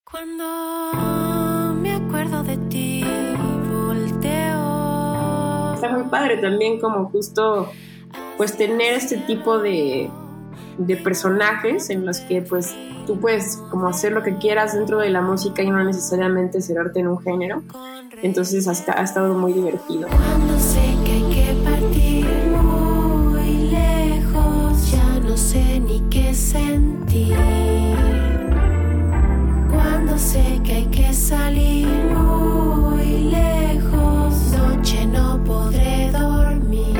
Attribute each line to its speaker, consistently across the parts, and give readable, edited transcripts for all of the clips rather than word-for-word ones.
Speaker 1: Cuando me acuerdo de ti, volteo.
Speaker 2: Está muy padre también como justo pues tener este tipo de personajes en los que pues tú puedes como hacer lo que quieras dentro de la música y no necesariamente cerrarte en un género. Entonces ha estado muy divertido.
Speaker 1: Cuando sé que hay que partir muy lejos, ya no sé ni qué sentir. Cuando sé que hay que salir muy lejos, noche no podré dormir.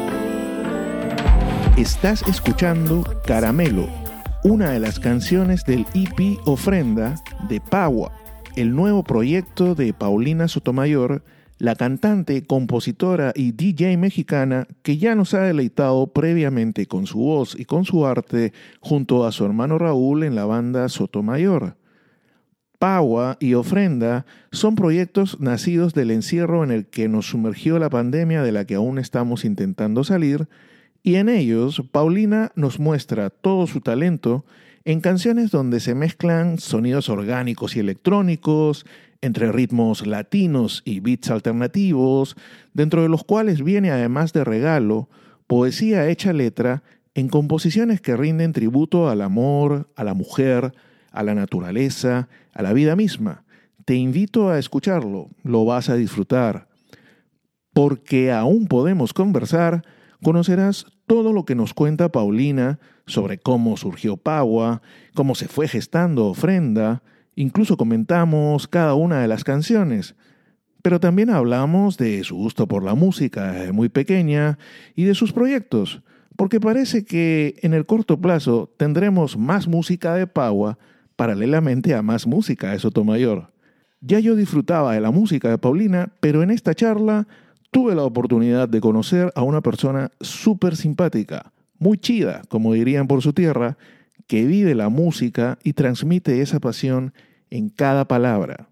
Speaker 3: Estás escuchando Caramelo, una de las canciones del EP Ofrenda de Paua, el nuevo proyecto de Paulina Sotomayor, la cantante, compositora y DJ mexicana que ya nos ha deleitado previamente con su voz y con su arte junto a su hermano Raúl en la banda Sotomayor. Paua y Ofrenda son proyectos nacidos del encierro en el que nos sumergió la pandemia de la que aún estamos intentando salir, y en ellos Paulina nos muestra todo su talento en canciones donde se mezclan sonidos orgánicos y electrónicos, entre ritmos latinos y beats alternativos, dentro de los cuales viene además de regalo, poesía hecha letra en composiciones que rinden tributo al amor, a la mujer, a la naturaleza, a la vida misma. Te invito a escucharlo, lo vas a disfrutar. Porque aún podemos conversar, conocerás todo lo que nos cuenta Paulina sobre cómo surgió Paua, cómo se fue gestando Ofrenda, incluso comentamos cada una de las canciones. Pero también hablamos de su gusto por la música desde muy pequeña y de sus proyectos, porque parece que en el corto plazo tendremos más música de Paua paralelamente a más música de Sotomayor. Ya yo disfrutaba de la música de Paulina, pero en esta charla tuve la oportunidad de conocer a una persona súper simpática, muy chida, como dirían por su tierra, que vive la música y transmite esa pasión en cada palabra.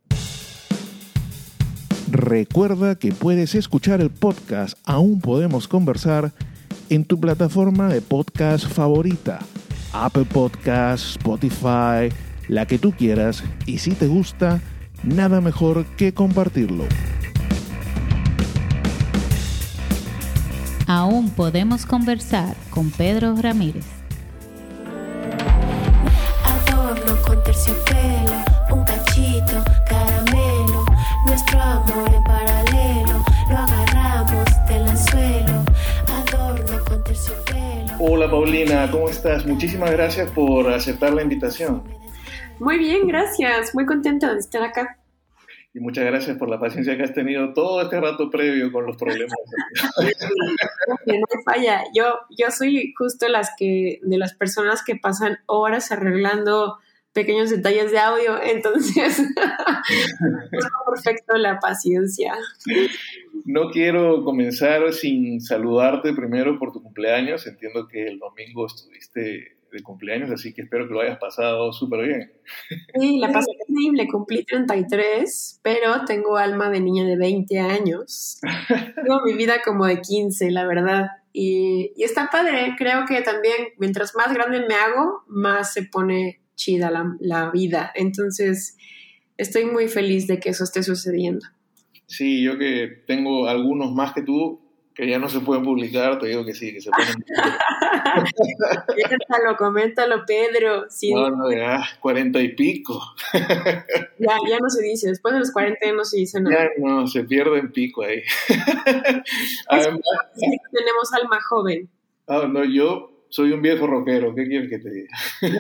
Speaker 3: Recuerda que puedes escuchar el podcast Aún Podemos Conversar en tu plataforma de podcast favorita, Apple Podcasts, Spotify, la que tú quieras, y si te gusta, nada mejor que compartirlo.
Speaker 4: Aún podemos conversar con Pedro Ramírez.
Speaker 1: Adorno con terciopelo, un cachito, caramelo. Nuestro amor en paralelo, lo agarramos del anzuelo. Adorno con terciopelo.
Speaker 3: Hola Paulina, ¿cómo estás? Muchísimas gracias por aceptar la invitación.
Speaker 2: Muy bien, gracias. Muy contenta de estar acá.
Speaker 3: Y muchas gracias por la paciencia que has tenido todo este rato previo con los problemas.
Speaker 2: No falla. Yo soy justo de las personas que pasan horas arreglando pequeños detalles de audio, entonces es perfecto la paciencia.
Speaker 3: No quiero comenzar sin saludarte primero por tu cumpleaños. Entiendo que el domingo estuviste de cumpleaños, así que espero que lo hayas pasado súper bien.
Speaker 2: Sí, la pasé increíble, cumplí 33, pero tengo alma de niña de 20 años. Tengo mi vida como de 15, la verdad. Y está padre, creo que también mientras más grande me hago, más se pone chida la vida. Entonces, estoy muy feliz de que eso esté sucediendo.
Speaker 3: Sí, yo que tengo algunos más que tú, que ya no se pueden publicar, te digo que sí, que se pueden
Speaker 2: Coméntalo, Pedro. Sí.
Speaker 3: No, ya, 40 y pico.
Speaker 2: Ya no se dice, después de los 40 ya no se dice nada.
Speaker 3: Ya no, se pierde en pico ahí.
Speaker 2: Además, sí, tenemos alma joven.
Speaker 3: No, yo soy un viejo rockero, ¿qué quieres que te diga?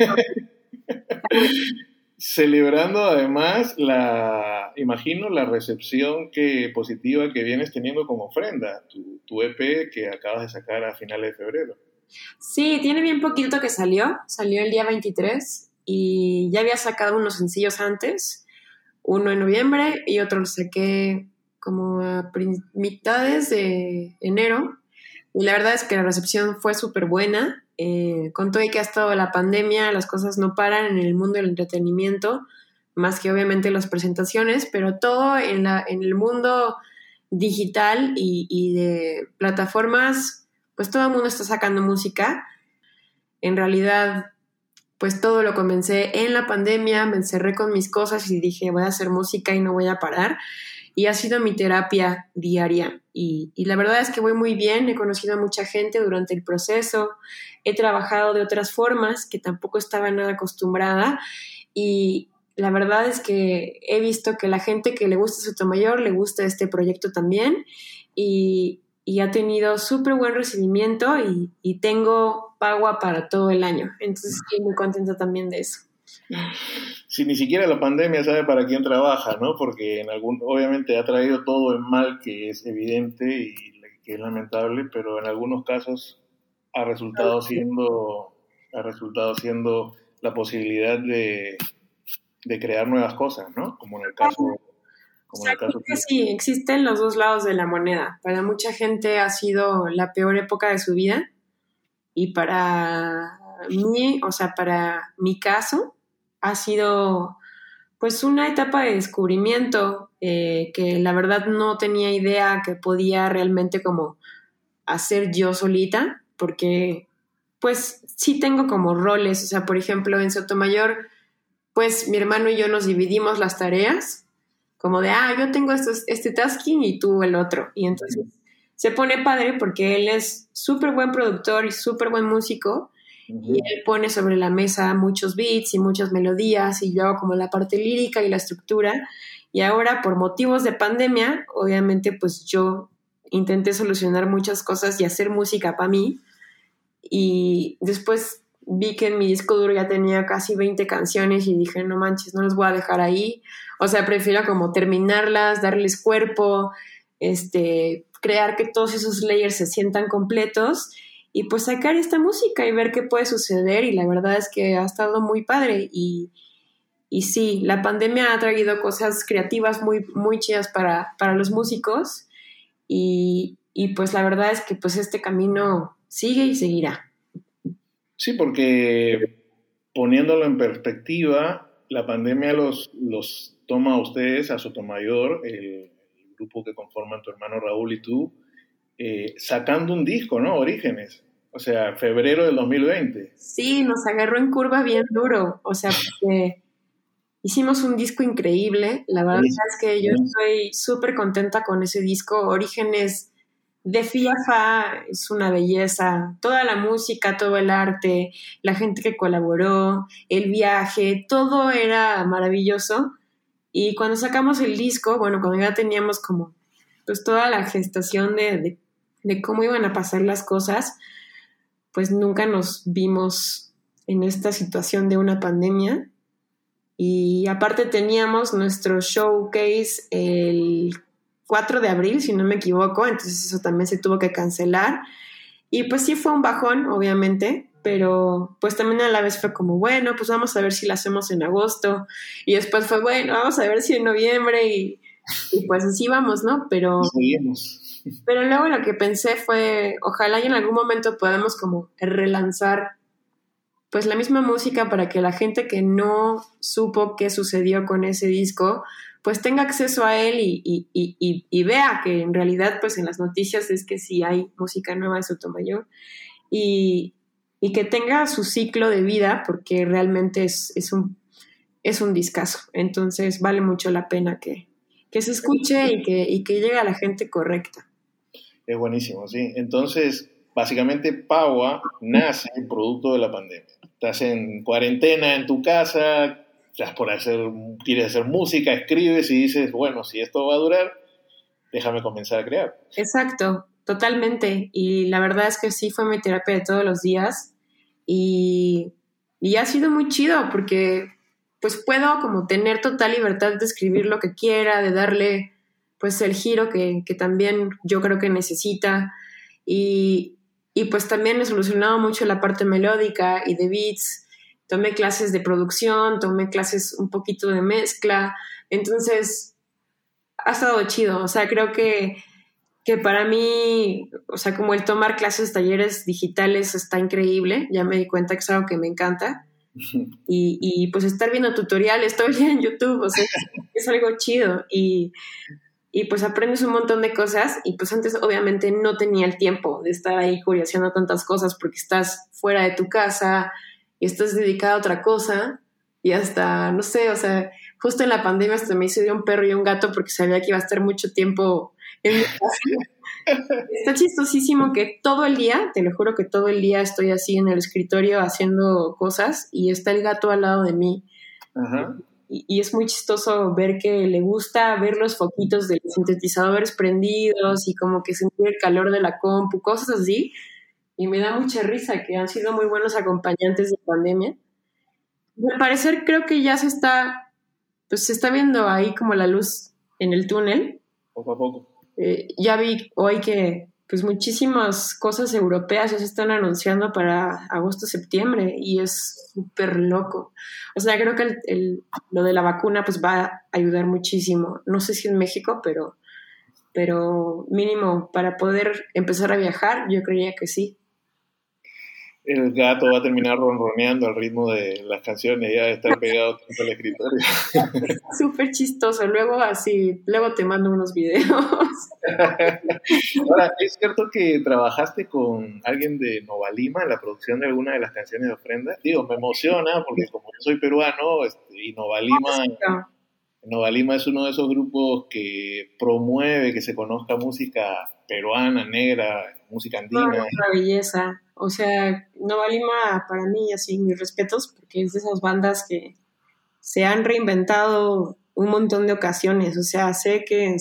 Speaker 3: Celebrando además imagino la recepción positiva que vienes teniendo como Ofrenda, tu EP que acabas de sacar a finales de febrero.
Speaker 2: Sí, tiene bien poquito que salió el día 23 y ya había sacado unos sencillos antes, uno en noviembre y otro lo saqué como a mitades de enero, y la verdad es que la recepción fue súper buena. Con todo y que ha estado la pandemia, las cosas no paran en el mundo del entretenimiento, más que obviamente las presentaciones, pero todo en el mundo digital y de plataformas, pues todo el mundo está sacando música. En realidad, pues todo lo comencé en la pandemia, me encerré con mis cosas y dije, voy a hacer música y no voy a parar. Y ha sido mi terapia diaria. Y la verdad es que voy muy bien, he conocido a mucha gente durante el proceso, he trabajado de otras formas que tampoco estaba nada acostumbrada y la verdad es que he visto que la gente que le gusta Sotomayor le gusta este proyecto también y ha tenido súper buen recibimiento y tengo Pagua para todo el año. Entonces estoy muy contenta también de eso.
Speaker 3: Si ni siquiera la pandemia sabe para quién trabaja, ¿no? Porque obviamente ha traído todo el mal que es evidente y que es lamentable, pero en algunos casos ha resultado siendo la posibilidad de crear nuevas cosas, ¿no? Como en el caso
Speaker 2: que sí, existen los dos lados de la moneda. Para mucha gente ha sido la peor época de su vida y para mí, o sea, para mi caso, ha sido pues una etapa de descubrimiento que la verdad no tenía idea que podía realmente como hacer yo solita, porque pues sí tengo como roles, o sea, por ejemplo, en Sotomayor, pues mi hermano y yo nos dividimos las tareas, como de, yo tengo este tasking y tú el otro, y entonces se pone padre porque él es súper buen productor y súper buen músico, y él pone sobre la mesa muchos beats y muchas melodías y yo hago como la parte lírica y la estructura. Y ahora, por motivos de pandemia, obviamente, pues yo intenté solucionar muchas cosas y hacer música para mí. Y después vi que en mi disco duro ya tenía casi 20 canciones y dije, no manches, no las voy a dejar ahí. O sea, prefiero como terminarlas, darles cuerpo, crear que todos esos layers se sientan completos y pues sacar esta música y ver qué puede suceder y la verdad es que ha estado muy padre y sí, la pandemia ha traído cosas creativas muy, muy chidas para los músicos y pues la verdad es que pues este camino sigue y seguirá.
Speaker 3: Sí, porque poniéndolo en perspectiva, la pandemia los toma a ustedes, a Sotomayor, el grupo que conforman tu hermano Raúl y tú, sacando un disco, ¿no? Orígenes. O sea, febrero del 2020.
Speaker 2: Sí, nos agarró en curva bien duro. O sea, porque hicimos un disco increíble. La verdad es que yo estoy súper contenta con ese disco. Orígenes de Fiafa es una belleza. Toda la música, todo el arte, la gente que colaboró, el viaje, todo era maravilloso. Y cuando sacamos el disco, bueno, cuando ya teníamos como pues toda la gestación de cómo iban a pasar las cosas, pues nunca nos vimos en esta situación de una pandemia. Y aparte teníamos nuestro showcase el 4 de abril, si no me equivoco, entonces eso también se tuvo que cancelar. Y pues sí fue un bajón, obviamente, pero pues también a la vez fue como, bueno, pues vamos a ver si la hacemos en agosto. Y después fue, bueno, vamos a ver si en noviembre y pues así vamos, ¿no? Pero luego lo que pensé fue, ojalá y en algún momento podamos como relanzar pues la misma música para que la gente que no supo qué sucedió con ese disco, pues tenga acceso a él y vea que en realidad pues en las noticias es que sí hay música nueva de Sotomayor y que tenga su ciclo de vida porque realmente es un discazo. Entonces vale mucho la pena que se escuche y que llegue a la gente correcta.
Speaker 3: Es buenísimo, sí. Entonces, básicamente, Pagua nace producto de la pandemia. Estás en cuarentena en tu casa, quieres hacer música, escribes y dices, bueno, si esto va a durar, déjame comenzar a crear.
Speaker 2: Exacto, totalmente. Y la verdad es que sí fue mi terapia de todos los días y ha sido muy chido porque pues puedo como tener total libertad de escribir lo que quiera, de darle pues el giro que también yo creo que necesita y pues también he solucionado mucho la parte melódica y de beats, tomé clases de producción, tomé clases un poquito de mezcla, entonces ha estado chido, o sea, creo que para mí, o sea, como el tomar clases, talleres digitales está increíble, ya me di cuenta que es algo que me encanta. Y pues estar viendo tutoriales todo el día en YouTube, o sea, es algo chido y pues aprendes un montón de cosas y pues antes obviamente no tenía el tiempo de estar ahí curioseando tantas cosas porque estás fuera de tu casa y estás dedicada a otra cosa y hasta, no sé, o sea, justo en la pandemia hasta me hice de un perro y un gato porque sabía que iba a estar mucho tiempo en mi casa. Está chistosísimo que todo el día, te lo juro que todo el día estoy así en el escritorio haciendo cosas y está el gato al lado de mí.
Speaker 3: Ajá.
Speaker 2: Y es muy chistoso ver que le gusta ver los foquitos de los sintetizadores prendidos y como que sentir el calor de la compu, cosas así. Y me da mucha risa que han sido muy buenos acompañantes de pandemia. Al parecer creo que ya se está viendo ahí como la luz en el túnel.
Speaker 3: Poco a poco.
Speaker 2: Ya vi hoy que pues muchísimas cosas europeas ya se están anunciando para agosto-septiembre y es súper loco. O sea, creo que lo de la vacuna pues va a ayudar muchísimo. No sé si en México, pero mínimo para poder empezar a viajar, yo creía que sí.
Speaker 3: El gato va a terminar ronroneando al ritmo de las canciones, ya de estar pegado tanto al escritorio.
Speaker 2: Súper chistoso. Luego te mando unos videos.
Speaker 3: Ahora, ¿es cierto que trabajaste con alguien de Nova Lima en la producción de alguna de las canciones de Ofrenda? Digo, me emociona porque como yo soy peruano y Nova Lima es uno de esos grupos que promueve que se conozca música peruana, negra, música andina.
Speaker 2: Una belleza. O sea, Nova Lima para mí, así, mis respetos, porque es de esas bandas que se han reinventado un montón de ocasiones. O sea, sé que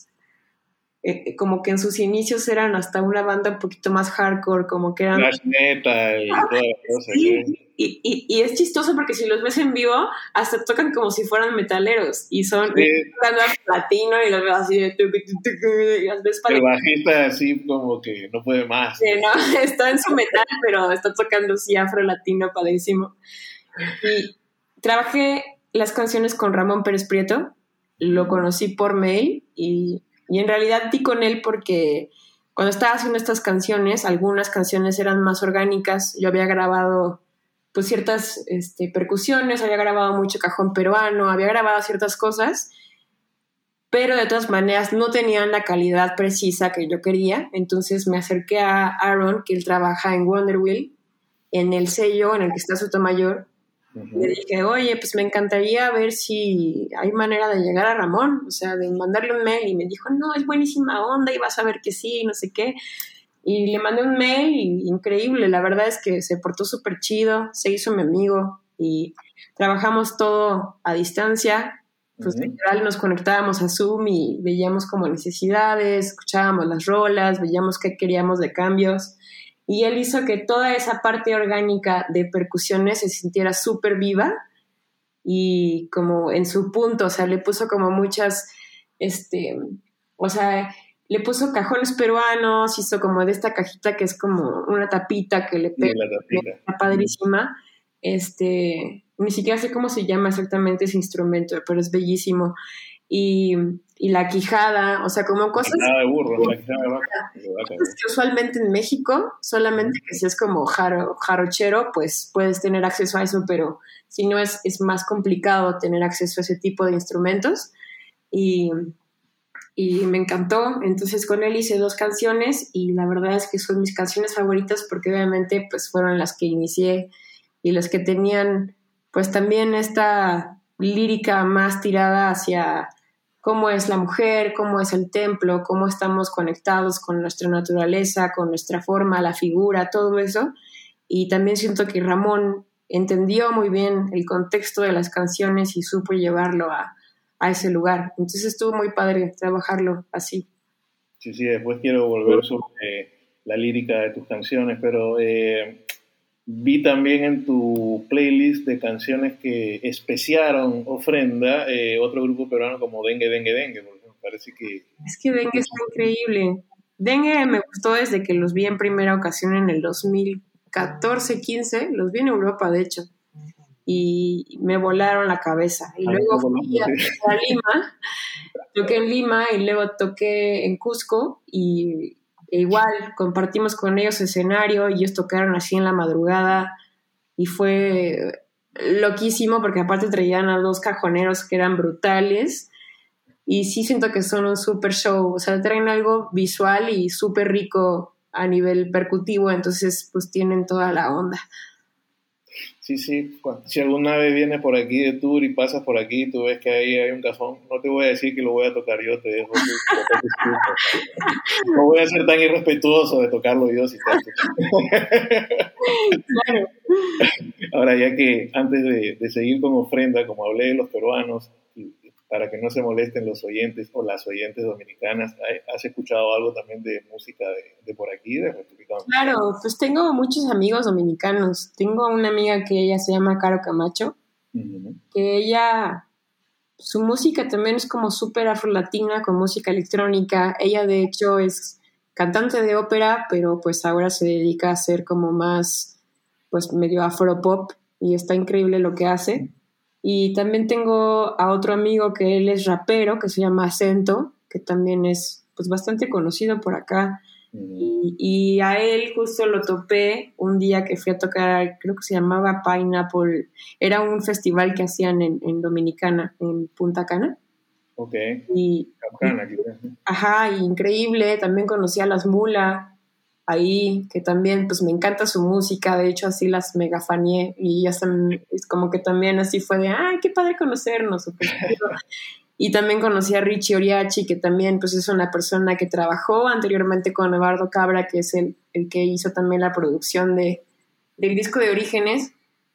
Speaker 2: como que en sus inicios eran hasta una banda un poquito más hardcore, como que eran...
Speaker 3: Thrash metal y toda la cosa.
Speaker 2: Sí. Y es chistoso porque si los ves en vivo, hasta tocan como si fueran metaleros y son tocando a platino y los ves así de... Y las ves
Speaker 3: el bajista así como que no puede más.
Speaker 2: Sí, no, está en su metal, pero está tocando así afro-latino padrísimo. Y trabajé las canciones con Ramón Pérez Prieto, lo conocí por mail y en realidad di con él porque cuando estaba haciendo estas canciones, algunas canciones eran más orgánicas. Yo había grabado pues ciertas percusiones, había grabado mucho cajón peruano, había grabado ciertas cosas, pero de todas maneras no tenían la calidad precisa que yo quería. Entonces me acerqué a Aaron, que él trabaja en Wonder Wheel, en el sello en el que está Sotomayor. Uh-huh. Le dije, oye, pues me encantaría ver si hay manera de llegar a Ramón, o sea, de mandarle un mail. Y me dijo, no, es buenísima onda y vas a ver que sí, no sé qué. Y le mandé un mail y increíble, la verdad es que se portó súper chido, se hizo mi amigo y trabajamos todo a distancia. Pues literal nos conectábamos a Zoom y veíamos como necesidades, escuchábamos las rolas, veíamos qué queríamos de cambios. Y él hizo que toda esa parte orgánica de percusiones se sintiera súper viva y como en su punto, o sea, le puso como muchas, o sea, le puso cajones peruanos, hizo como de esta cajita que es como una tapita que le pega, está padrísima, ni siquiera sé cómo se llama exactamente ese instrumento, pero es bellísimo. Y la quijada, o sea, como cosas...
Speaker 3: La quijada de burro, la quijada de vaca.
Speaker 2: Que usualmente en México, solamente que si es como jarochero, pues puedes tener acceso a eso, pero si no es más complicado tener acceso a ese tipo de instrumentos. Y me encantó. Entonces con él hice 2 canciones y la verdad es que son mis canciones favoritas porque obviamente pues fueron las que inicié y las que tenían pues también esta lírica más tirada hacia cómo es la mujer, cómo es el templo, cómo estamos conectados con nuestra naturaleza, con nuestra forma, la figura, todo eso. Y también siento que Ramón entendió muy bien el contexto de las canciones y supo llevarlo a ese lugar. Entonces estuvo muy padre trabajarlo así.
Speaker 3: Sí, después quiero volver sobre la lírica de tus canciones, pero vi también en tu playlist de canciones que especiaron Ofrenda, otro grupo peruano como Dengue, Dengue, Dengue, porque me parece que...
Speaker 2: Es que Dengue está increíble. Dengue me gustó desde que los vi en primera ocasión en el 2014-15, los vi en Europa, de hecho, y me volaron la cabeza. Y luego fui a Lima, toqué en Lima y luego toqué en Cusco y igual compartimos con ellos escenario y ellos tocaron así en la madrugada y fue loquísimo porque aparte traían a 2 cajoneros que eran brutales y sí siento que son un super show, o sea, traen algo visual y súper rico a nivel percutivo, entonces pues tienen toda la onda.
Speaker 3: Sí, sí. Si alguna vez vienes por aquí de tour y pasas por aquí, tú ves que ahí hay un cajón. No te voy a decir que lo voy a tocar yo, te dejo. No voy a ser tan irrespetuoso de tocarlo yo si te
Speaker 2: Claro.
Speaker 3: Ahora, ya que antes de seguir con Ofrenda, como hablé de los peruanos, y para que no se molesten los oyentes o las oyentes dominicanas, ¿has escuchado algo también de música de por aquí, de República Dominicana?
Speaker 2: Claro, pues tengo muchos amigos dominicanos. Tengo una amiga que ella se llama Caro Camacho,
Speaker 3: Uh-huh.
Speaker 2: que ella, su música también es como súper afrolatina con música electrónica. Ella de hecho es cantante de ópera, pero pues ahora se dedica a hacer como más, pues medio afropop y está increíble lo que hace. Y también tengo a otro amigo que él es rapero, que se llama Acento, que también es pues bastante conocido por acá. Y a él justo lo topé un día que fui a tocar, creo que se llamaba Pineapple, era un festival que hacían en Dominicana, en Punta Cana.
Speaker 3: Ok.
Speaker 2: Y,
Speaker 3: Capcana, quizás.
Speaker 2: ajá, y increíble, también conocí a Las Mula ahí, que también pues me encanta su música, de hecho así las megafaneé y ya están, es como que también así fue de, ay, qué padre conocernos, súper chido. Y también conocí a Richie Oriachi, que también pues es una persona que trabajó anteriormente con Eduardo Cabra, que es el que hizo también la producción del disco de Orígenes.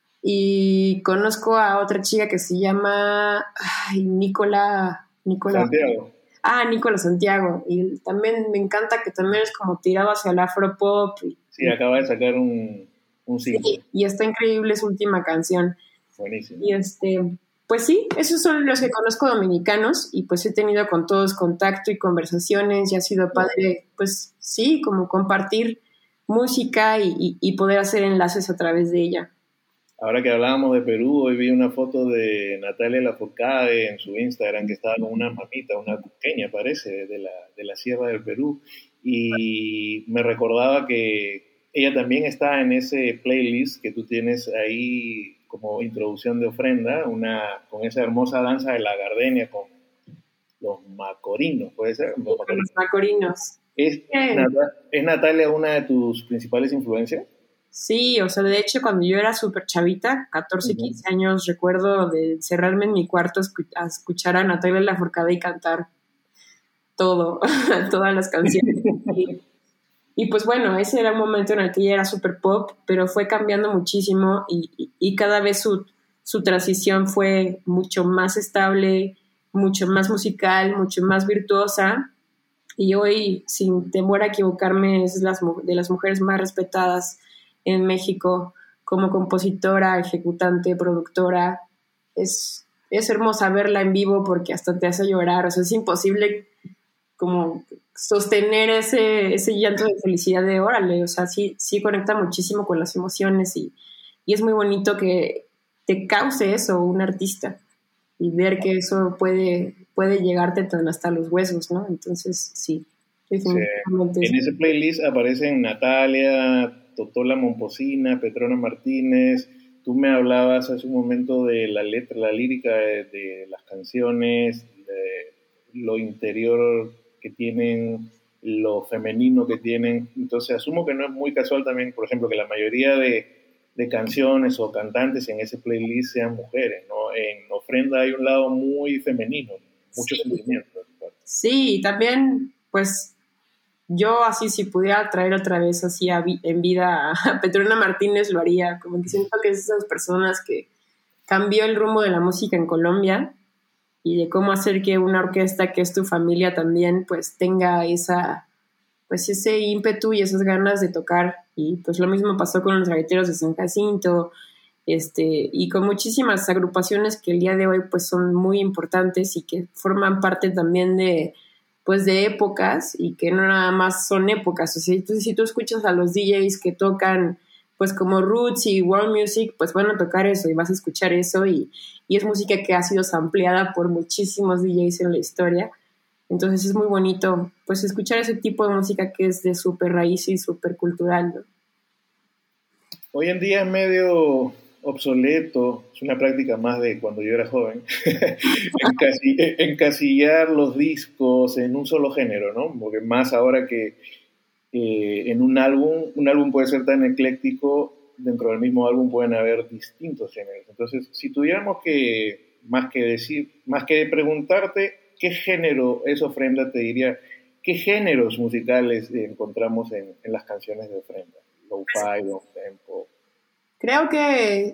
Speaker 2: Y conozco a otra chica que se llama Nicola
Speaker 3: Santiago.
Speaker 2: Nicola Santiago. Y también me encanta que también es como tirado hacia el afropop.
Speaker 3: Sí, acaba de sacar un single.
Speaker 2: Sí, y está increíble su última canción.
Speaker 3: Buenísimo.
Speaker 2: Y pues sí, esos son los que conozco dominicanos y pues he tenido con todos contacto y conversaciones y ha sido padre, pues sí, como compartir música y poder hacer enlaces a través de ella.
Speaker 3: Ahora que hablábamos de Perú, hoy vi una foto de Natalia Lafourcade en su Instagram que estaba con una mamita, una cuqueña parece, de la Sierra del Perú, y me recordaba que ella también está en ese playlist que tú tienes ahí como introducción de Ofrenda, con esa hermosa danza de la gardenia con los macorinos, ¿puede ser?
Speaker 2: Los macorinos.
Speaker 3: ¿Es Natalia una de tus principales influencias?
Speaker 2: Sí, o sea, de hecho cuando yo era súper chavita, 14, 15 años, recuerdo de encerrarme en mi cuarto a escuchar a Natalia Lafourcade y cantar todo, todas las canciones. Y pues bueno, ese era un momento en el que ella era súper pop, pero fue cambiando muchísimo y cada vez su transición fue mucho más estable, mucho más musical, mucho más virtuosa. Y hoy, sin temor a equivocarme, es de las mujeres más respetadas en México como compositora, ejecutante, productora. Es hermosa verla en vivo porque hasta te hace llorar. O sea, es imposible como sostener ese llanto de felicidad de órale. O sea, sí conecta muchísimo con las emociones y es muy bonito que te cause eso un artista y ver que eso puede llegarte hasta los huesos, ¿no? Entonces, sí.
Speaker 3: En ese playlist aparecen Natalia, Totola Momposina, Petrona Martínez. Tú me hablabas hace un momento de la letra, la lírica de las canciones, de lo interior que tienen, lo femenino que tienen. Entonces asumo que no es muy casual también, por ejemplo, que la mayoría de canciones o cantantes en ese playlist sean mujeres, ¿no? En Ofrenda hay un lado muy femenino, muchos sentimientos.
Speaker 2: Sí, también, pues, yo así si pudiera traer otra vez así en vida a Petrona Martínez lo haría, como que siento que es esas personas que cambió el rumbo de la música en Colombia y de cómo hacer que una orquesta que es tu familia también pues tenga ese ímpetu y esas ganas de tocar. Y pues lo mismo pasó con los gaiteros de San Jacinto, y con muchísimas agrupaciones que el día de hoy pues son muy importantes y que forman parte también de épocas y que no nada más son épocas. O sea, si tú escuchas a los DJs que tocan pues como roots y world music, pues van a tocar eso y vas a escuchar eso y es música que ha sido sampleada por muchísimos DJs en la historia. Entonces es muy bonito pues escuchar ese tipo de música que es de súper raíz y súper cultural, ¿no?
Speaker 3: Hoy en día es medio obsoleto, es una práctica más de cuando yo era joven, encasillar los discos en un solo género, ¿no? Porque más ahora que en un álbum puede ser tan ecléctico dentro del mismo álbum pueden haber distintos géneros. Entonces, si tuviéramos que, más que preguntarte qué género es Ofrenda, te diría, ¿qué géneros musicales encontramos en las canciones de Ofrenda? Lo-fi, downtempo.
Speaker 2: Creo que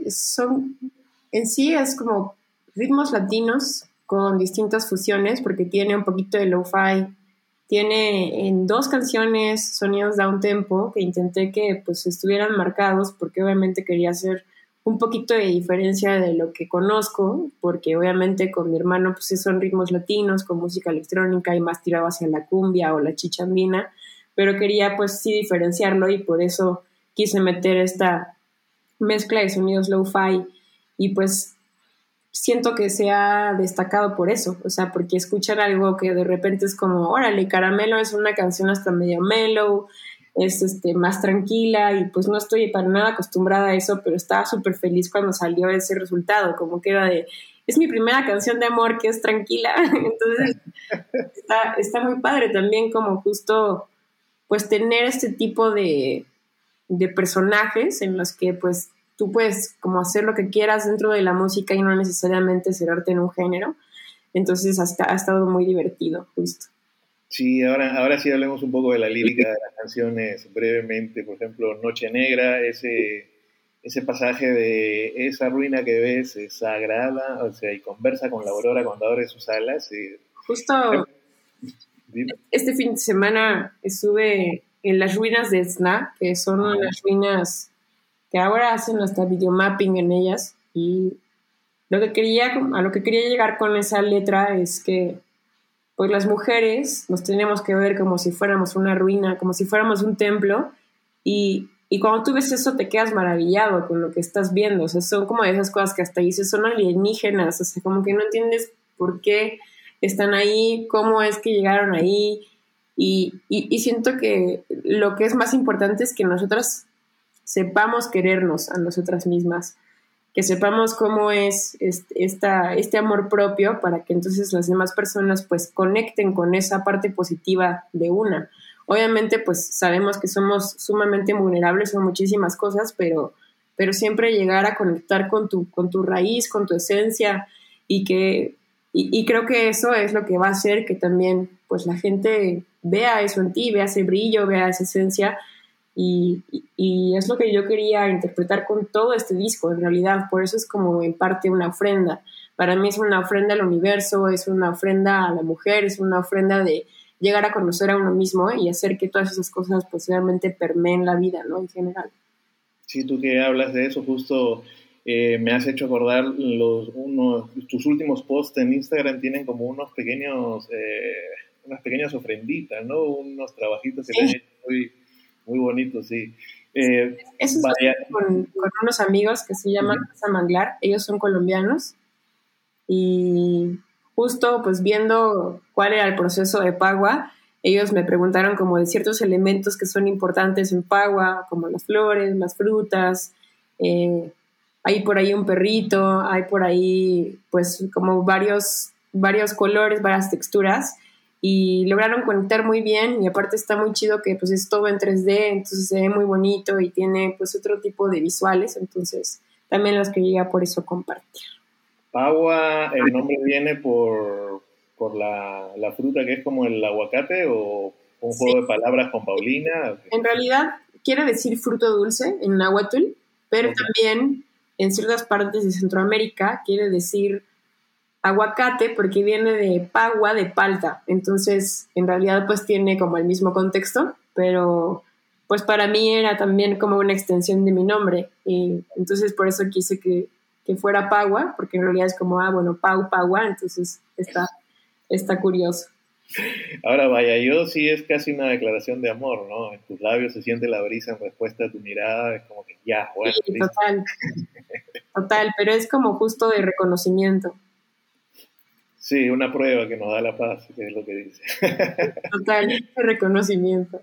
Speaker 2: en sí es como ritmos latinos con distintas fusiones, porque tiene un poquito de lo-fi, tiene en 2 canciones sonidos downtempo que intenté que pues estuvieran marcados, porque obviamente quería hacer un poquito de diferencia de lo que conozco, porque obviamente con mi hermano pues sí son ritmos latinos, con música electrónica y más tirado hacia la cumbia o la chichambina, pero quería pues sí diferenciarlo y por eso quise meter esta mezcla de sonidos lo-fi y pues siento que se ha destacado por eso, o sea, porque escuchar algo que de repente es como, órale, Caramelo es una canción hasta medio mellow, es más tranquila y pues no estoy para nada acostumbrada a eso, pero estaba súper feliz cuando salió ese resultado, como que era es mi primera canción de amor que es tranquila, entonces está muy padre también como justo pues tener este tipo de personajes en los que pues tú puedes como hacer lo que quieras dentro de la música y no necesariamente cerrarte en un género, entonces ha estado muy divertido justo.
Speaker 3: Sí, ahora sí hablemos un poco de la lírica de las canciones brevemente. Por ejemplo, Noche Negra, ese pasaje de esa ruina que ves es sagrada, o sea, y conversa con la aurora cuando abre sus alas. Y...
Speaker 2: Justo este fin de semana estuve en las ruinas de Esna, que son unas ruinas que ahora hacen hasta videomapping en ellas, y a lo que quería llegar con esa letra es que pues las mujeres nos tenemos que ver como si fuéramos una ruina, como si fuéramos un templo, y cuando tú ves eso te quedas maravillado con lo que estás viendo, o sea, son como de esas cosas que hasta dices, son alienígenas, o sea, como que no entiendes por qué están ahí, cómo es que llegaron ahí, y siento que lo que es más importante es que nosotras sepamos querernos a nosotras mismas, que sepamos cómo es este amor propio para que entonces las demás personas pues conecten con esa parte positiva de una. Obviamente pues sabemos que somos sumamente vulnerables en muchísimas cosas, pero siempre llegar a conectar con tu raíz, con tu esencia y creo que eso es lo que va a hacer que también pues la gente vea eso en ti, vea ese brillo, vea esa esencia. Y es lo que yo quería interpretar con todo este disco, en realidad, por eso es como en parte una ofrenda. Para mí es una ofrenda al universo, es una ofrenda a la mujer, es una ofrenda de llegar a conocer a uno mismo y hacer que todas esas cosas posiblemente permeen la vida, ¿no? En general.
Speaker 3: Sí, tú que hablas de eso, justo me has hecho acordar tus últimos posts en Instagram tienen como unas pequeñas ofrenditas, ¿no? Unos trabajitos que te han hecho muy bonito, sí.
Speaker 2: Eso es con unos amigos que se llaman Casa Manglar, ellos son colombianos y justo pues viendo cuál era el proceso de Pagua, ellos me preguntaron como de ciertos elementos que son importantes en Pagua, como las flores, las frutas, hay por ahí un perrito, hay por ahí pues como varios colores, varias texturas, y lograron conectar muy bien y aparte está muy chido que pues es todo en 3D, entonces se ve muy bonito y tiene pues otro tipo de visuales, entonces también los quería por eso compartir.
Speaker 3: Pagua, ¿el nombre viene por la fruta que es como el aguacate o un juego de palabras con Paulina?
Speaker 2: En realidad quiere decir fruto dulce en náhuatl, pero también en ciertas partes de Centroamérica quiere decir aguacate porque viene de pagua, de palta, entonces en realidad pues tiene como el mismo contexto, pero pues para mí era también como una extensión de mi nombre y entonces por eso quise que fuera Pagua, porque en realidad es como, Pagua, entonces está curioso.
Speaker 3: Ahora vaya, yo sí es casi una declaración de amor, ¿no? En tus labios se siente la brisa en respuesta a tu mirada, es como que ya, bueno.
Speaker 2: Sí, total, pero es como justo de reconocimiento.
Speaker 3: Sí, una prueba que nos da la paz, que es lo que dice.
Speaker 2: Total, de reconocimiento.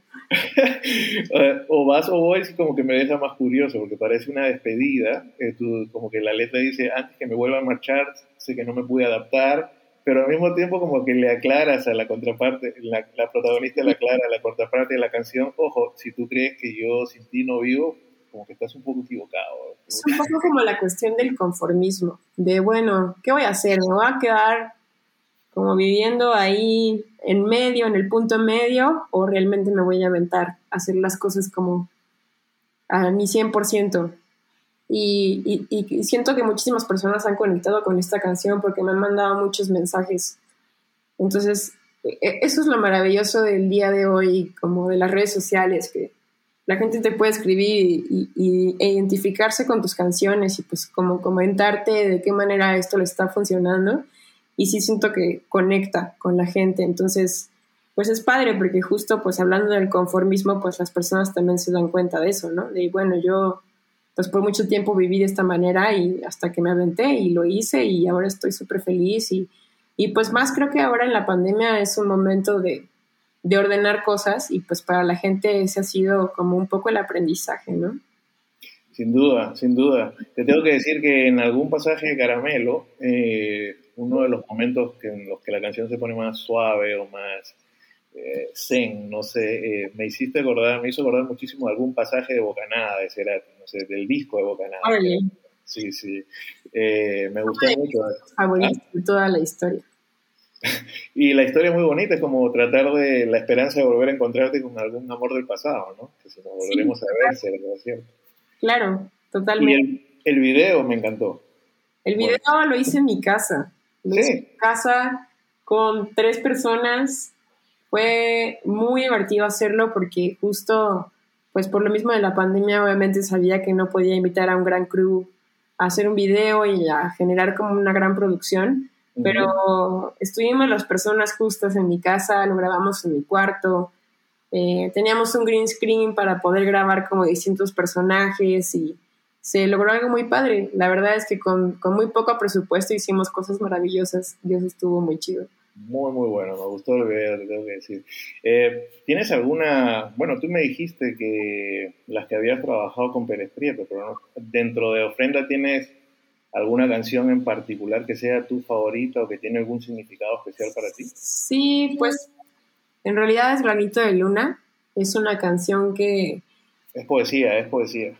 Speaker 3: O vas o voy, como que me deja más curioso, porque parece una despedida. Como que la letra dice, antes que me vuelva a marchar, sé que no me pude adaptar, pero al mismo tiempo como que le aclaras a la contraparte, la protagonista le aclara a la contraparte de la canción, ojo, si tú crees que yo sin ti no vivo, como que estás un poco equivocado.
Speaker 2: Es un poco como la cuestión del conformismo, de bueno, ¿qué voy a hacer? ¿Me voy a quedar como viviendo ahí en medio, en el punto medio, o realmente me voy a aventar a hacer las cosas como a mi 100%? Y siento que muchísimas personas han conectado con esta canción porque me han mandado muchos mensajes. Entonces, eso es lo maravilloso del día de hoy, como de las redes sociales, que la gente te puede escribir e identificarse con tus canciones y pues como comentarte de qué manera esto le está funcionando. Y sí siento que conecta con la gente. Entonces, pues es padre porque justo pues hablando del conformismo, pues las personas también se dan cuenta de eso, ¿no? De bueno, yo pues por mucho tiempo viví de esta manera y hasta que me aventé y lo hice y ahora estoy súper feliz y pues más creo que ahora en la pandemia es un momento de ordenar cosas y pues para la gente ese ha sido como un poco el aprendizaje, ¿no?
Speaker 3: Sin duda, sin duda. Te tengo que decir que en algún pasaje de Caramelo, uno de los momentos en los que la canción se pone más suave o más zen, no sé, me hizo acordar muchísimo de algún pasaje de Bocanada de Cerati, no sé, del disco de Bocanada. Sí, sí. Me gustó mucho.
Speaker 2: Favorito de toda la historia.
Speaker 3: Y la historia es muy bonita, es como tratar de la esperanza de volver a encontrarte con algún amor del pasado, ¿no? Que si nos volveremos a ver, será cierto.
Speaker 2: Claro, totalmente.
Speaker 3: Y el video me encantó.
Speaker 2: El video lo hice en mi casa. Lo hice en mi casa con 3 personas. Fue muy divertido hacerlo porque justo, pues por lo mismo de la pandemia, obviamente sabía que no podía invitar a un gran crew a hacer un video y a generar como una gran producción. Pero estuvimos las personas justas en mi casa, lo grabamos en mi cuarto, teníamos un green screen para poder grabar como distintos personajes y se logró algo muy padre. La verdad es que con muy poco presupuesto hicimos cosas maravillosas y eso estuvo muy chido.
Speaker 3: Muy, muy bueno, me gustó el video, te tengo que decir. ¿Tienes alguna, bueno, tú me dijiste que las que habías trabajado con Pérez Prieto, pero no, dentro de Ofrenda tienes alguna canción en particular que sea tu favorita o que tiene algún significado especial para ti?
Speaker 2: Sí, pues en realidad es Granito de Luna. Es una canción que...
Speaker 3: Es poesía, es poesía.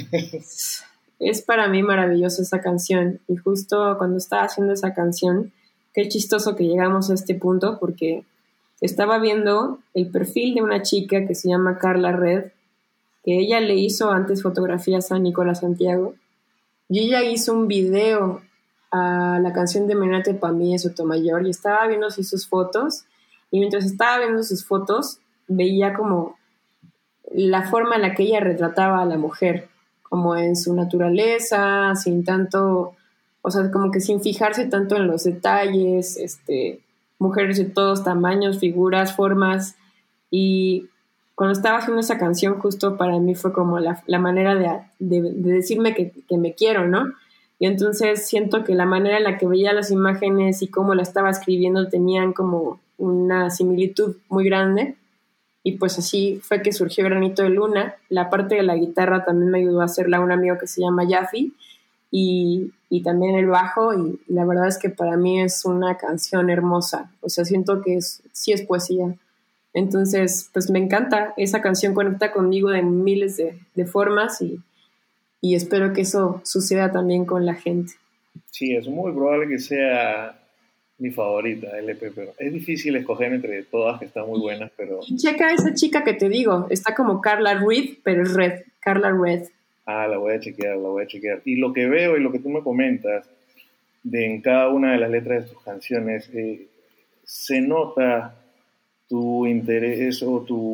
Speaker 2: Es para mí maravillosa esa canción. Y justo cuando estaba haciendo esa canción, qué chistoso que llegamos a este punto porque estaba viendo el perfil de una chica que se llama Carla Red, que ella le hizo antes fotografías a Nicolás Santiago. Y ella hizo un video a la canción de Menate pa' mí de Sotomayor y estaba viendo así sus fotos y mientras estaba viendo sus fotos veía como la forma en la que ella retrataba a la mujer, como en su naturaleza, sin tanto, o sea, como que sin fijarse tanto en los detalles, mujeres de todos tamaños, figuras, formas. Y cuando estaba haciendo esa canción, justo para mí fue como la manera de decirme que me quiero, ¿no? Y entonces siento que la manera en la que veía las imágenes y cómo la estaba escribiendo tenían como una similitud muy grande. Y pues así fue que surgió Granito de Luna. La parte de la guitarra también me ayudó a hacerla un amigo que se llama Jaffi. Y también el bajo. Y la verdad es que para mí es una canción hermosa. O sea, siento que sí es poesía. Entonces, pues me encanta. Esa canción conecta conmigo de miles de formas y espero que eso suceda también con la gente.
Speaker 3: Sí, es muy probable que sea mi favorita, LP, pero es difícil escoger entre todas, que están muy buenas, pero...
Speaker 2: Y checa esa chica que te digo, está como Carla Reed, pero es Red, Carla Red.
Speaker 3: Ah, la voy a chequear. Y lo que veo y lo que tú me comentas en cada una de las letras de tus canciones, se nota tu interés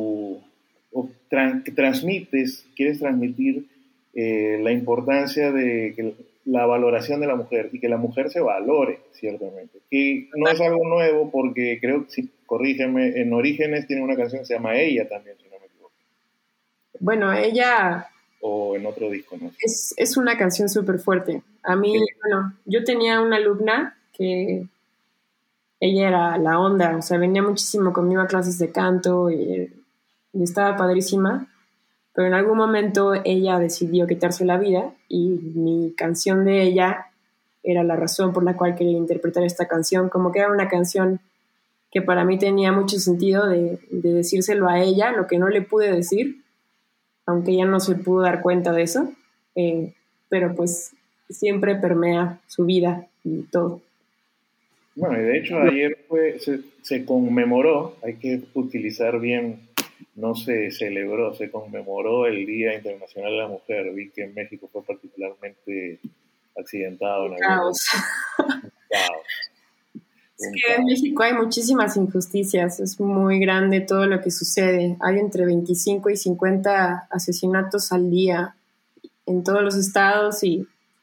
Speaker 3: quieres transmitir la importancia de que la valoración de la mujer y que la mujer se valore, ciertamente. Que no es algo nuevo porque creo que, si corrígeme, en Orígenes tiene una canción que se llama Ella también, si no me equivoco.
Speaker 2: Bueno, ella...
Speaker 3: O en otro disco, no sé.
Speaker 2: Es una canción súper fuerte. A mí, bueno, yo tenía una alumna que ella era la onda, o sea, venía muchísimo conmigo a clases de canto y estaba padrísima, pero en algún momento ella decidió quitarse la vida y mi canción de ella era la razón por la cual quería interpretar esta canción, como que era una canción que para mí tenía mucho sentido de decírselo a ella, lo que no le pude decir, aunque ya no se pudo dar cuenta de eso, pero pues siempre permea su vida y todo.
Speaker 3: Bueno, y de hecho ayer se conmemoró, hay que utilizar bien, no se celebró, se conmemoró el Día Internacional de la Mujer. Vi que en México fue particularmente accidentado. En
Speaker 2: Caos. Es que en México hay muchísimas injusticias, es muy grande todo lo que sucede. Hay entre 25 y 50 asesinatos al día en todos los estados y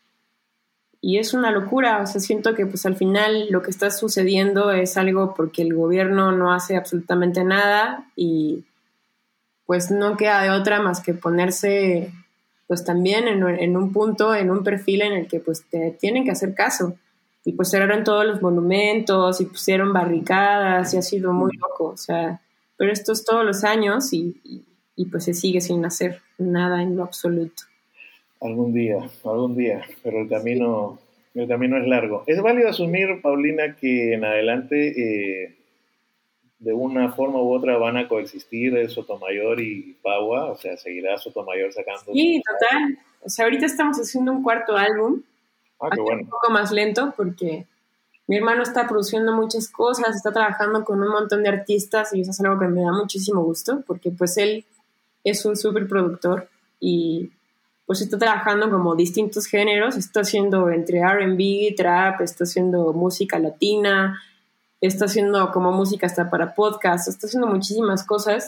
Speaker 2: es una locura. O sea, siento que pues al final lo que está sucediendo es algo porque el gobierno no hace absolutamente nada y pues no queda de otra más que ponerse pues también en un punto, en un perfil en el que pues te tienen que hacer caso. Y pues cerraron todos los monumentos y pusieron barricadas y ha sido muy loco, o sea, pero esto es todos los años y pues se sigue sin hacer nada en lo absoluto.
Speaker 3: Algún día, pero el camino es largo. ¿Es válido asumir, Paulina, que en adelante de una forma u otra van a coexistir Sotomayor y Pagua? O sea, ¿seguirá Sotomayor sacando?
Speaker 2: Sí, total. O sea, ahorita estamos haciendo un cuarto álbum.
Speaker 3: Qué bueno.
Speaker 2: Un poco más lento porque mi hermano está produciendo muchas cosas, está trabajando con un montón de artistas y eso es algo que me da muchísimo gusto porque pues él es un súper productor y pues está trabajando como distintos géneros, está haciendo entre R&B, trap, está haciendo música latina, está haciendo como música hasta para podcast, está haciendo muchísimas cosas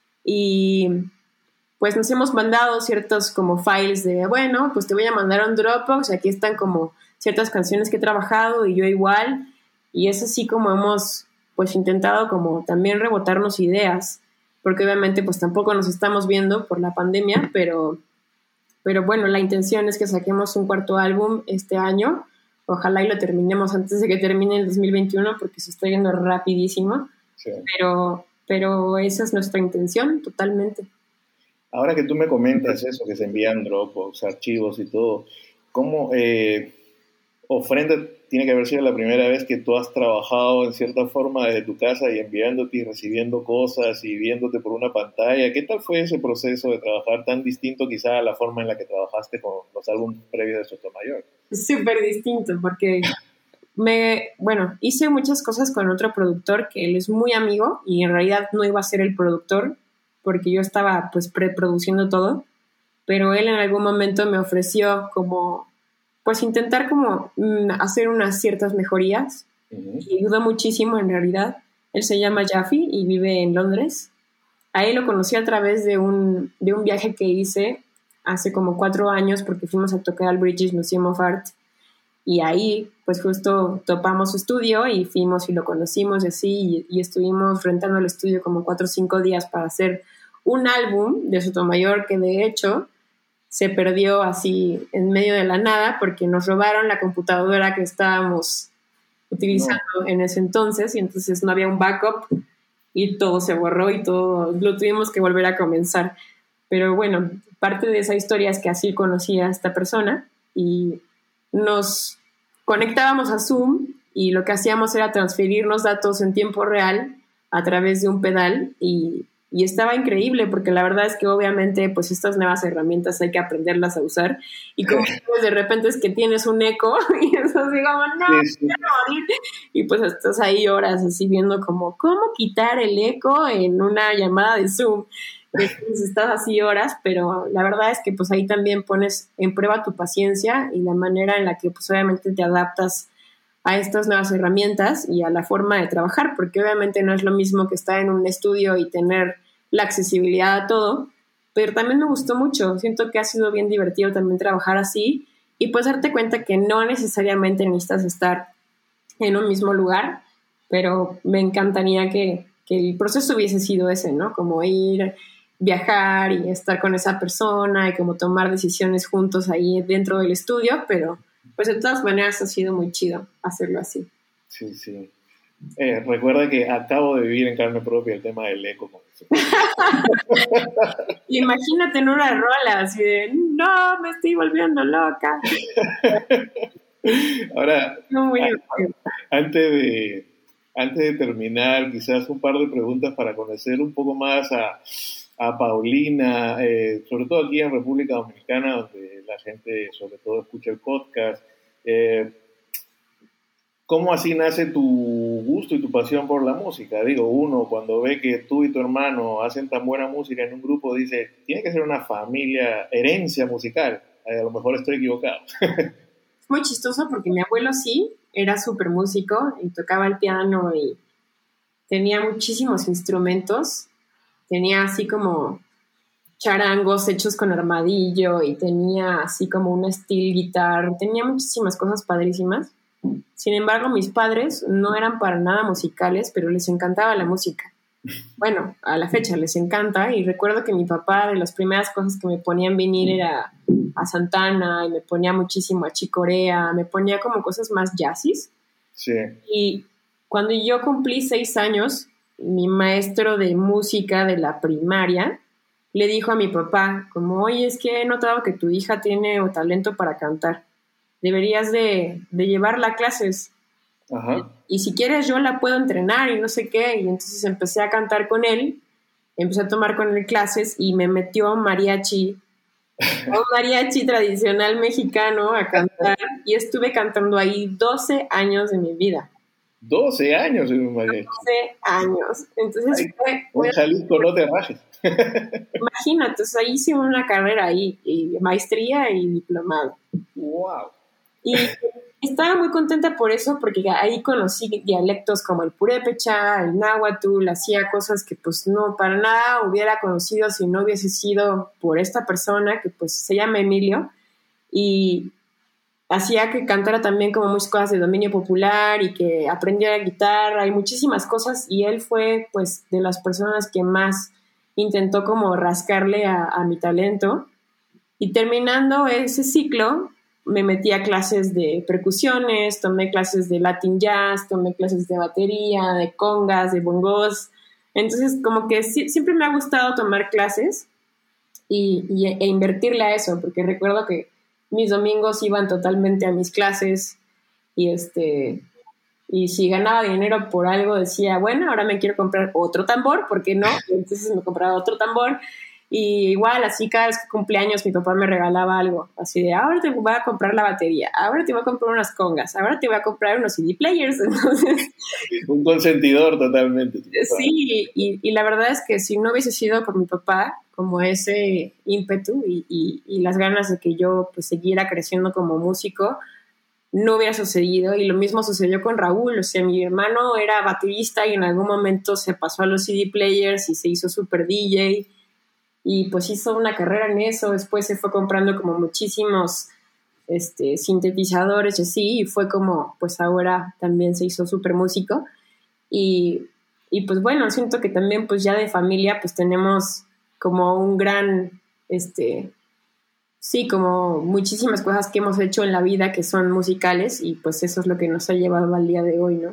Speaker 2: y pues nos hemos mandado ciertos como files de, bueno, pues te voy a mandar un Dropbox, aquí están como ciertas canciones que he trabajado y yo igual, y es así como hemos pues intentado como también rebotarnos ideas, porque obviamente pues tampoco nos estamos viendo por la pandemia, pero bueno, la intención es que saquemos un cuarto álbum este año, ojalá y lo terminemos antes de que termine el 2021 porque se está yendo rapidísimo, sí. Pero esa es nuestra intención totalmente.
Speaker 3: Ahora que tú me comentas eso, que se envían Dropbox, archivos y todo, ¿cómo Ofrenda tiene que haber sido la primera vez que tú has trabajado en cierta forma desde tu casa y enviándote y recibiendo cosas y viéndote por una pantalla? ¿Qué tal fue ese proceso de trabajar tan distinto quizá a la forma en la que trabajaste con los álbumes previos de Sotomayor?
Speaker 2: Súper distinto, porque hice muchas cosas con otro productor que él es muy amigo y en realidad no iba a ser el productor porque yo estaba pues preproduciendo todo, pero él en algún momento me ofreció como pues intentar como hacer unas ciertas mejorías y ayudó muchísimo en realidad. Él se llama Jaffe y vive en Londres. A él lo conocí a través de un viaje que hice hace como 4 años porque fuimos a tocar al British Museum of Art y ahí pues justo topamos su estudio y fuimos y lo conocimos y así y estuvimos rentando el estudio como 4 o 5 días para hacer un álbum de Sotomayor que de hecho se perdió así en medio de la nada porque nos robaron la computadora que estábamos utilizando en ese entonces y entonces no había un backup y todo se borró y todo lo tuvimos que volver a comenzar. Pero bueno, parte de esa historia es que así conocí a esta persona y nos conectábamos a Zoom y lo que hacíamos era transferirnos datos en tiempo real a través de un pedal y estaba increíble porque la verdad es que obviamente pues estas nuevas herramientas hay que aprenderlas a usar y como de repente es que tienes un eco y eso así como no, quiero morir y pues estás ahí horas así viendo como cómo quitar el eco en una llamada de Zoom. Entonces estás así horas, pero la verdad es que pues ahí también pones en prueba tu paciencia y la manera en la que pues obviamente te adaptas a estas nuevas herramientas y a la forma de trabajar, porque obviamente no es lo mismo que estar en un estudio y tener la accesibilidad a todo, pero también me gustó mucho, siento que ha sido bien divertido también trabajar así y pues darte cuenta que no necesariamente necesitas estar en un mismo lugar, pero me encantaría que el proceso hubiese sido ese, ¿no? Como ir, viajar y estar con esa persona y como tomar decisiones juntos ahí dentro del estudio, pero pues de todas maneras ha sido muy chido hacerlo así.
Speaker 3: Sí, sí. Recuerda que acabo de vivir en carne propia el tema del eco.
Speaker 2: Imagínate en una rola así de, no, me estoy volviendo loca.
Speaker 3: Ahora, antes de terminar, quizás un par de preguntas para conocer un poco más a Paulina, sobre todo aquí en República Dominicana, donde la gente sobre todo escucha el podcast. ¿Cómo así nace tu gusto y tu pasión por la música? Digo, uno cuando ve que tú y tu hermano hacen tan buena música en un grupo, dice, tiene que ser una familia, herencia musical. A lo mejor estoy equivocado.
Speaker 2: Es muy chistoso porque mi abuelo sí era súper músico y tocaba el piano y tenía muchísimos instrumentos. Tenía así como charangos hechos con armadillo y tenía así como una steel guitar. Tenía muchísimas cosas padrísimas. Sin embargo, mis padres no eran para nada musicales, pero les encantaba la música. Bueno, a la fecha les encanta, y recuerdo que mi papá, de las primeras cosas que me ponía en vinil era a Santana, y me ponía muchísimo a Chick Corea, me ponía como cosas más jazzis.
Speaker 3: Sí.
Speaker 2: Y cuando yo cumplí 6 años, mi maestro de música de la primaria le dijo a mi papá, como, oye, es que he notado que tu hija tiene talento para cantar. Deberías de llevarla a clases.
Speaker 3: Ajá.
Speaker 2: Y si quieres yo la puedo entrenar y no sé qué. Y entonces empecé a cantar con él, empecé a tomar con él clases y me metió a un mariachi tradicional mexicano a cantar, y estuve cantando ahí 12 años de mi vida.
Speaker 3: 12 años en un mariachi.
Speaker 2: 12 años. Entonces
Speaker 3: un Jalisco, no te rajes.
Speaker 2: Imagínate, o sea, hice una carrera ahí, y maestría y diplomado.
Speaker 3: ¡Wow!
Speaker 2: Y estaba muy contenta por eso, porque ahí conocí dialectos como el purépecha, el náhuatl, hacía cosas que pues no, para nada hubiera conocido si no hubiese sido por esta persona que pues se llama Emilio, y hacía que cantara también como muchas cosas de dominio popular y que aprendiera guitarra y muchísimas cosas, y él fue pues de las personas que más intentó como rascarle a mi talento. Y terminando ese ciclo, me metí a clases de percusiones, tomé clases de Latin Jazz, tomé clases de batería, de congas, de bongos. Entonces, como que siempre me ha gustado tomar clases e invertirle a eso, porque recuerdo que mis domingos iban totalmente a mis clases, y si ganaba dinero por algo decía, bueno, ahora me quiero comprar otro tambor, ¿por qué no? Y entonces me compraba otro tambor. Y igual, así cada vez que cumpleaños mi papá me regalaba algo, así de, ahora te voy a comprar la batería, ahora te voy a comprar unas congas, ahora te voy a comprar unos CD players. Entonces,
Speaker 3: un consentidor totalmente.
Speaker 2: Sí, y la verdad es que si no hubiese sido por mi papá, como ese ímpetu y las ganas de que yo pues siguiera creciendo como músico, no hubiera sucedido. Y lo mismo sucedió con Raúl. O sea, mi hermano era baterista y en algún momento se pasó a los CD players y se hizo super DJ, y pues hizo una carrera en eso. Después se fue comprando como muchísimos sintetizadores y así, y fue como, pues ahora también se hizo súper músico. Y pues bueno, siento que también pues ya de familia pues tenemos como un gran, sí, como muchísimas cosas que hemos hecho en la vida que son musicales, y pues eso es lo que nos ha llevado al día de hoy, ¿no?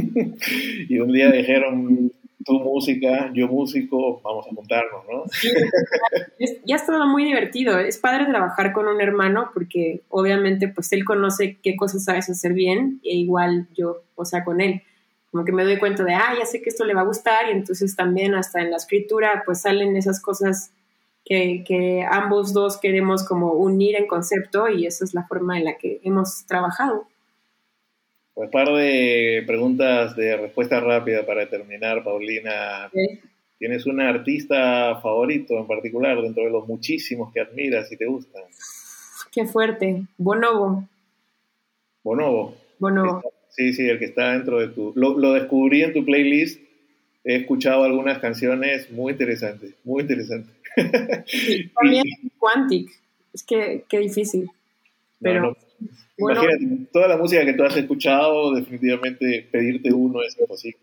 Speaker 3: Y un día dijeron, tú música, yo músico, vamos a juntarnos, ¿no?
Speaker 2: Sí, ya es todo muy divertido. Es padre trabajar con un hermano porque obviamente pues él conoce qué cosas sabes hacer bien, e igual yo, o sea, con él. Como que me doy cuenta de, ya sé que esto le va a gustar, y entonces también hasta en la escritura pues salen esas cosas que ambos dos queremos como unir en concepto, y esa es la forma en la que hemos trabajado.
Speaker 3: Pues par de preguntas de respuesta rápida para terminar, Paulina.
Speaker 2: Okay.
Speaker 3: ¿Tienes un artista favorito en particular dentro de los muchísimos que admiras y te gustan?
Speaker 2: Qué fuerte. Bonobo.
Speaker 3: Bonobo.
Speaker 2: Bonobo.
Speaker 3: Sí, el que está dentro de tu... Lo descubrí en tu playlist. He escuchado algunas canciones muy interesantes, muy interesantes.
Speaker 2: Sí, también Quantic. Es que qué difícil. Pero...
Speaker 3: No. Imagínate, toda la música que tú has escuchado, definitivamente pedirte uno es imposible.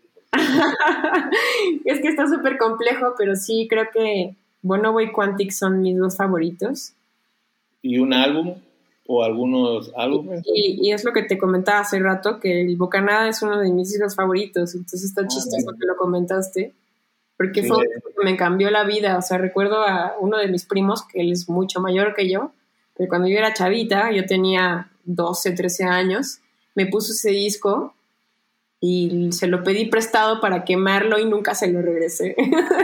Speaker 2: Es que está súper complejo, pero sí, creo que Bonobo y Quantic son mis dos favoritos.
Speaker 3: ¿Y un álbum o algunos álbumes?
Speaker 2: Y es lo que te comentaba hace rato, que el Bocanada es uno de mis discos favoritos, entonces está chistoso que lo comentaste, porque sí, fue un disco que me cambió la vida. O sea, recuerdo a uno de mis primos, que él es mucho mayor que yo, pero cuando yo era chavita, yo tenía 12, 13 años, me puso ese disco y se lo pedí prestado para quemarlo y nunca se lo regresé.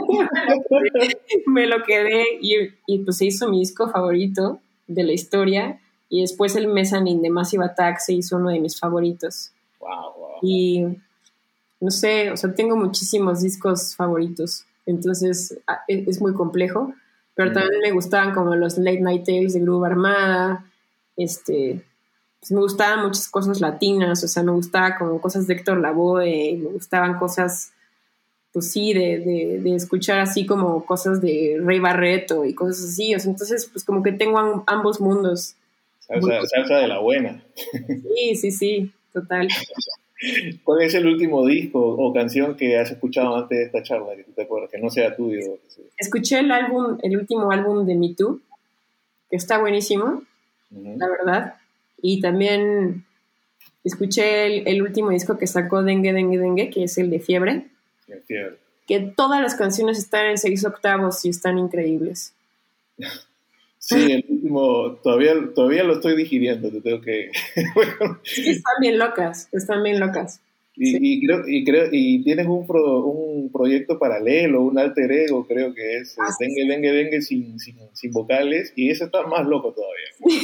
Speaker 2: me lo quedé y pues se hizo mi disco favorito de la historia, y después el Mezzanine de Massive Attack se hizo uno de mis favoritos.
Speaker 3: Wow.
Speaker 2: Y no sé, o sea, tengo muchísimos discos favoritos, entonces es muy complejo, pero también me gustaban como los Late Night Tales de Groove Armada, pues me gustaban muchas cosas latinas, o sea, me gustaba como cosas de Héctor Lavoe, me gustaban cosas, pues sí, de escuchar así como cosas de Ray Barretto y cosas así, o sea, entonces pues como que tengo ambos mundos.
Speaker 3: Salsa de la buena.
Speaker 2: Sí, total.
Speaker 3: ¿Cuál es el último disco o canción que has escuchado antes de esta charla, que tú te acuerdas, que no sea tuyo?
Speaker 2: Escuché el último álbum de Me Too, que está buenísimo, la verdad. Y también escuché el último disco que sacó Dengue Dengue Dengue, que es el de Fiebre.
Speaker 3: Fiebre.
Speaker 2: Que todas las canciones están en 6 octavos y están increíbles.
Speaker 3: Sí, el último, todavía lo estoy digiriendo, te tengo que...
Speaker 2: Sí, están bien locas.
Speaker 3: Y tienes un proyecto paralelo, un alter ego, creo que es Dengue Dengue Dengue sin vocales, y eso está más loco todavía.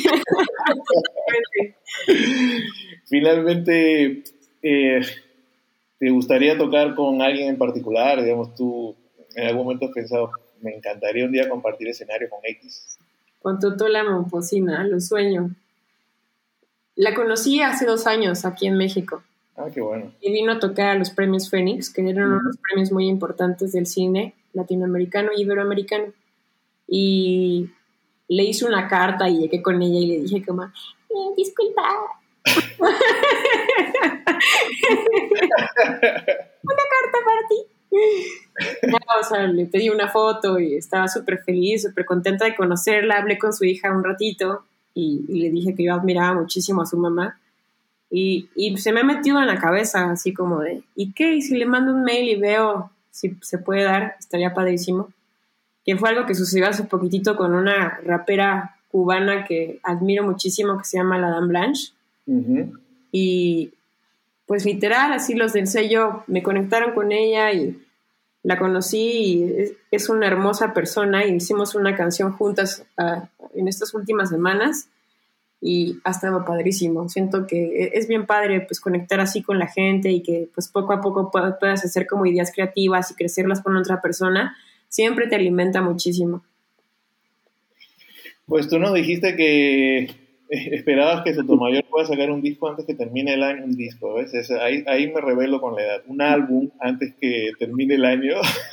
Speaker 3: Finalmente, ¿te gustaría tocar con alguien en particular? Digamos, tú en algún momento has pensado, me encantaría un día compartir escenario con X.
Speaker 2: Con Totola Momposina, lo sueño. La conocí hace 2 años aquí en México.
Speaker 3: Ah, qué bueno.
Speaker 2: Y vino a tocar a los premios Fénix, que eran unos premios muy importantes del cine latinoamericano y iberoamericano. Y le hice una carta y llegué con ella y le dije como, disculpa. Una carta para ti. No, o sea, le pedí una foto y estaba súper feliz, súper contenta de conocerla. Hablé con su hija un ratito y le dije que yo admiraba muchísimo a su mamá. Y se me ha metido en la cabeza así como de, ¿y qué? Y si le mando un mail y veo si se puede dar, estaría padrísimo. Que fue algo que sucedió hace poquitito con una rapera cubana que admiro muchísimo, que se llama La Dame Blanche. Y pues literal, así los del sello me conectaron con ella y la conocí y es una hermosa persona, y hicimos una canción juntas en estas últimas semanas y ha estado padrísimo. Siento que es bien padre pues conectar así con la gente y que pues poco a poco puedas hacer como ideas creativas y crecerlas con otra persona. Siempre te alimenta muchísimo.
Speaker 3: Pues tú nos dijiste que esperabas que Sotomayor pueda sacar un disco antes que termine el año, un disco, ¿ves? Ahí me revelo con la edad. Un álbum antes que termine el año.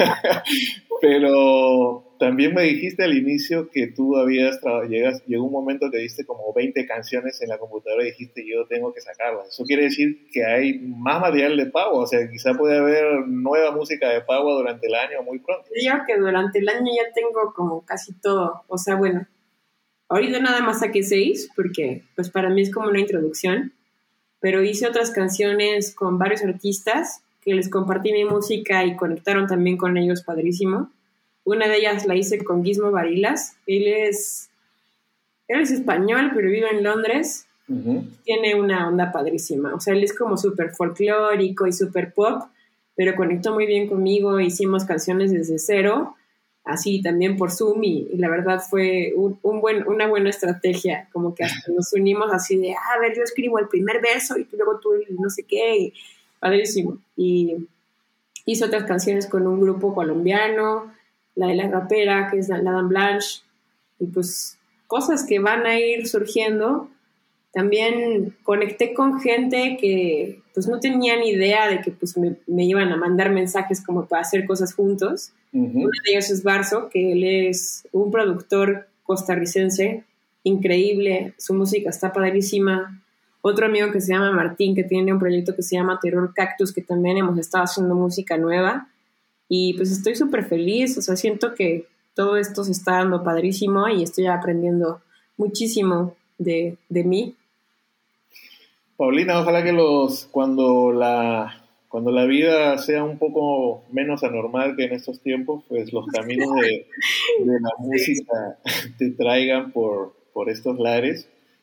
Speaker 3: Pero también me dijiste al inicio que tú llegó un momento que diste como 20 canciones en la computadora y dijiste, yo tengo que sacarlas. Eso quiere decir que hay más material de Paua, o sea, quizá puede haber nueva música de Paua durante el año muy pronto.
Speaker 2: Digo que durante el año ya tengo como casi todo, o sea, bueno, ahorita nada más saqué 6 porque pues para mí es como una introducción, pero hice otras canciones con varios artistas que les compartí mi música y conectaron también con ellos padrísimo. Una de ellas la hice con Gizmo Varilas. Él es español, pero vive en Londres. Tiene una onda padrísima. O sea, él es como súper folclórico y súper pop, pero conectó muy bien conmigo. Hicimos canciones desde cero, así también por Zoom, y la verdad fue una buena estrategia. Como que hasta nos unimos así de, a ver, yo escribo el primer verso y luego tú no sé qué, y padrísimo. Y hice otras canciones con un grupo colombiano, la de la rapera, que es la Dame Blanche, y pues cosas que van a ir surgiendo. También conecté con gente que pues no tenía ni idea de que pues me iban a mandar mensajes como para hacer cosas juntos. Uno de ellos es Barzo, que él es un productor costarricense increíble, su música está padrísima. Otro amigo que se llama Martín, que tiene un proyecto que se llama Terror Cactus, que también hemos estado haciendo música nueva. Y pues estoy súper feliz, o sea, siento que todo esto se está dando padrísimo y estoy aprendiendo muchísimo de mí.
Speaker 3: Paulina, ojalá que cuando la vida sea un poco menos anormal que en estos tiempos, pues los caminos de la música te traigan por estos lares.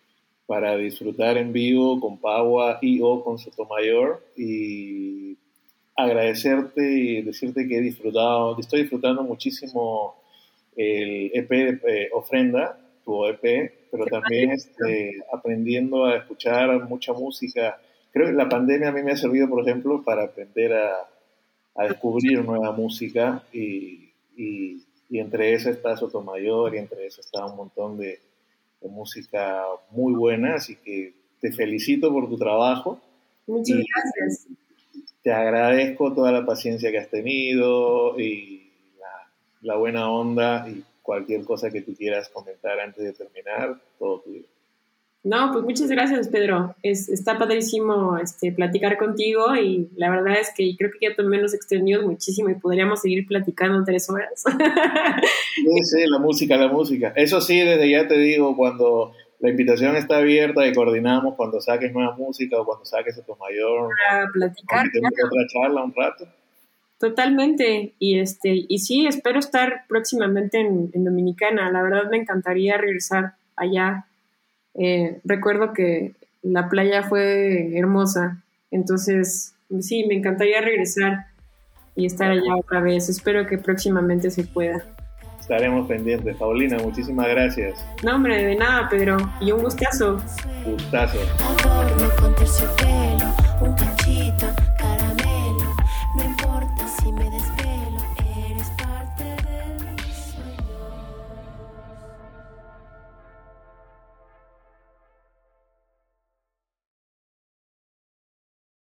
Speaker 3: para disfrutar en vivo con Paua y o con Sotomayor, y agradecerte y decirte que estoy disfrutando muchísimo el EP de Ofrenda, tu EP, pero también aprendiendo a escuchar mucha música. Creo que la pandemia a mí me ha servido, por ejemplo, para aprender a descubrir nueva música, y entre eso está Sotomayor, y entre eso está un montón de música muy buena, así que te felicito por tu trabajo.
Speaker 2: Muchas gracias.
Speaker 3: Te agradezco toda la paciencia que has tenido y la buena onda, y cualquier cosa que tú quieras comentar antes de terminar, todo tuyo.
Speaker 2: No, pues muchas gracias, Pedro. Está padrísimo platicar contigo, y la verdad es que creo que ya también nos extendimos muchísimo y podríamos seguir platicando 3 horas.
Speaker 3: Sí, la música. Eso sí, desde ya te digo, cuando la invitación está abierta y coordinamos cuando saques nueva música o cuando saques Sotomayor.
Speaker 2: Para platicar.
Speaker 3: Otra charla un rato.
Speaker 2: Totalmente. Y sí, espero estar próximamente en Dominicana. La verdad me encantaría regresar allá. Recuerdo que la playa fue hermosa, entonces sí, me encantaría regresar y estar allá otra vez. Espero que próximamente se pueda.
Speaker 3: Estaremos pendientes. Paulina, muchísimas gracias.
Speaker 2: No, hombre, de nada, Pedro, y un gustazo.
Speaker 3: Gustazo.
Speaker 1: Adorno con terciopelo, un cachito.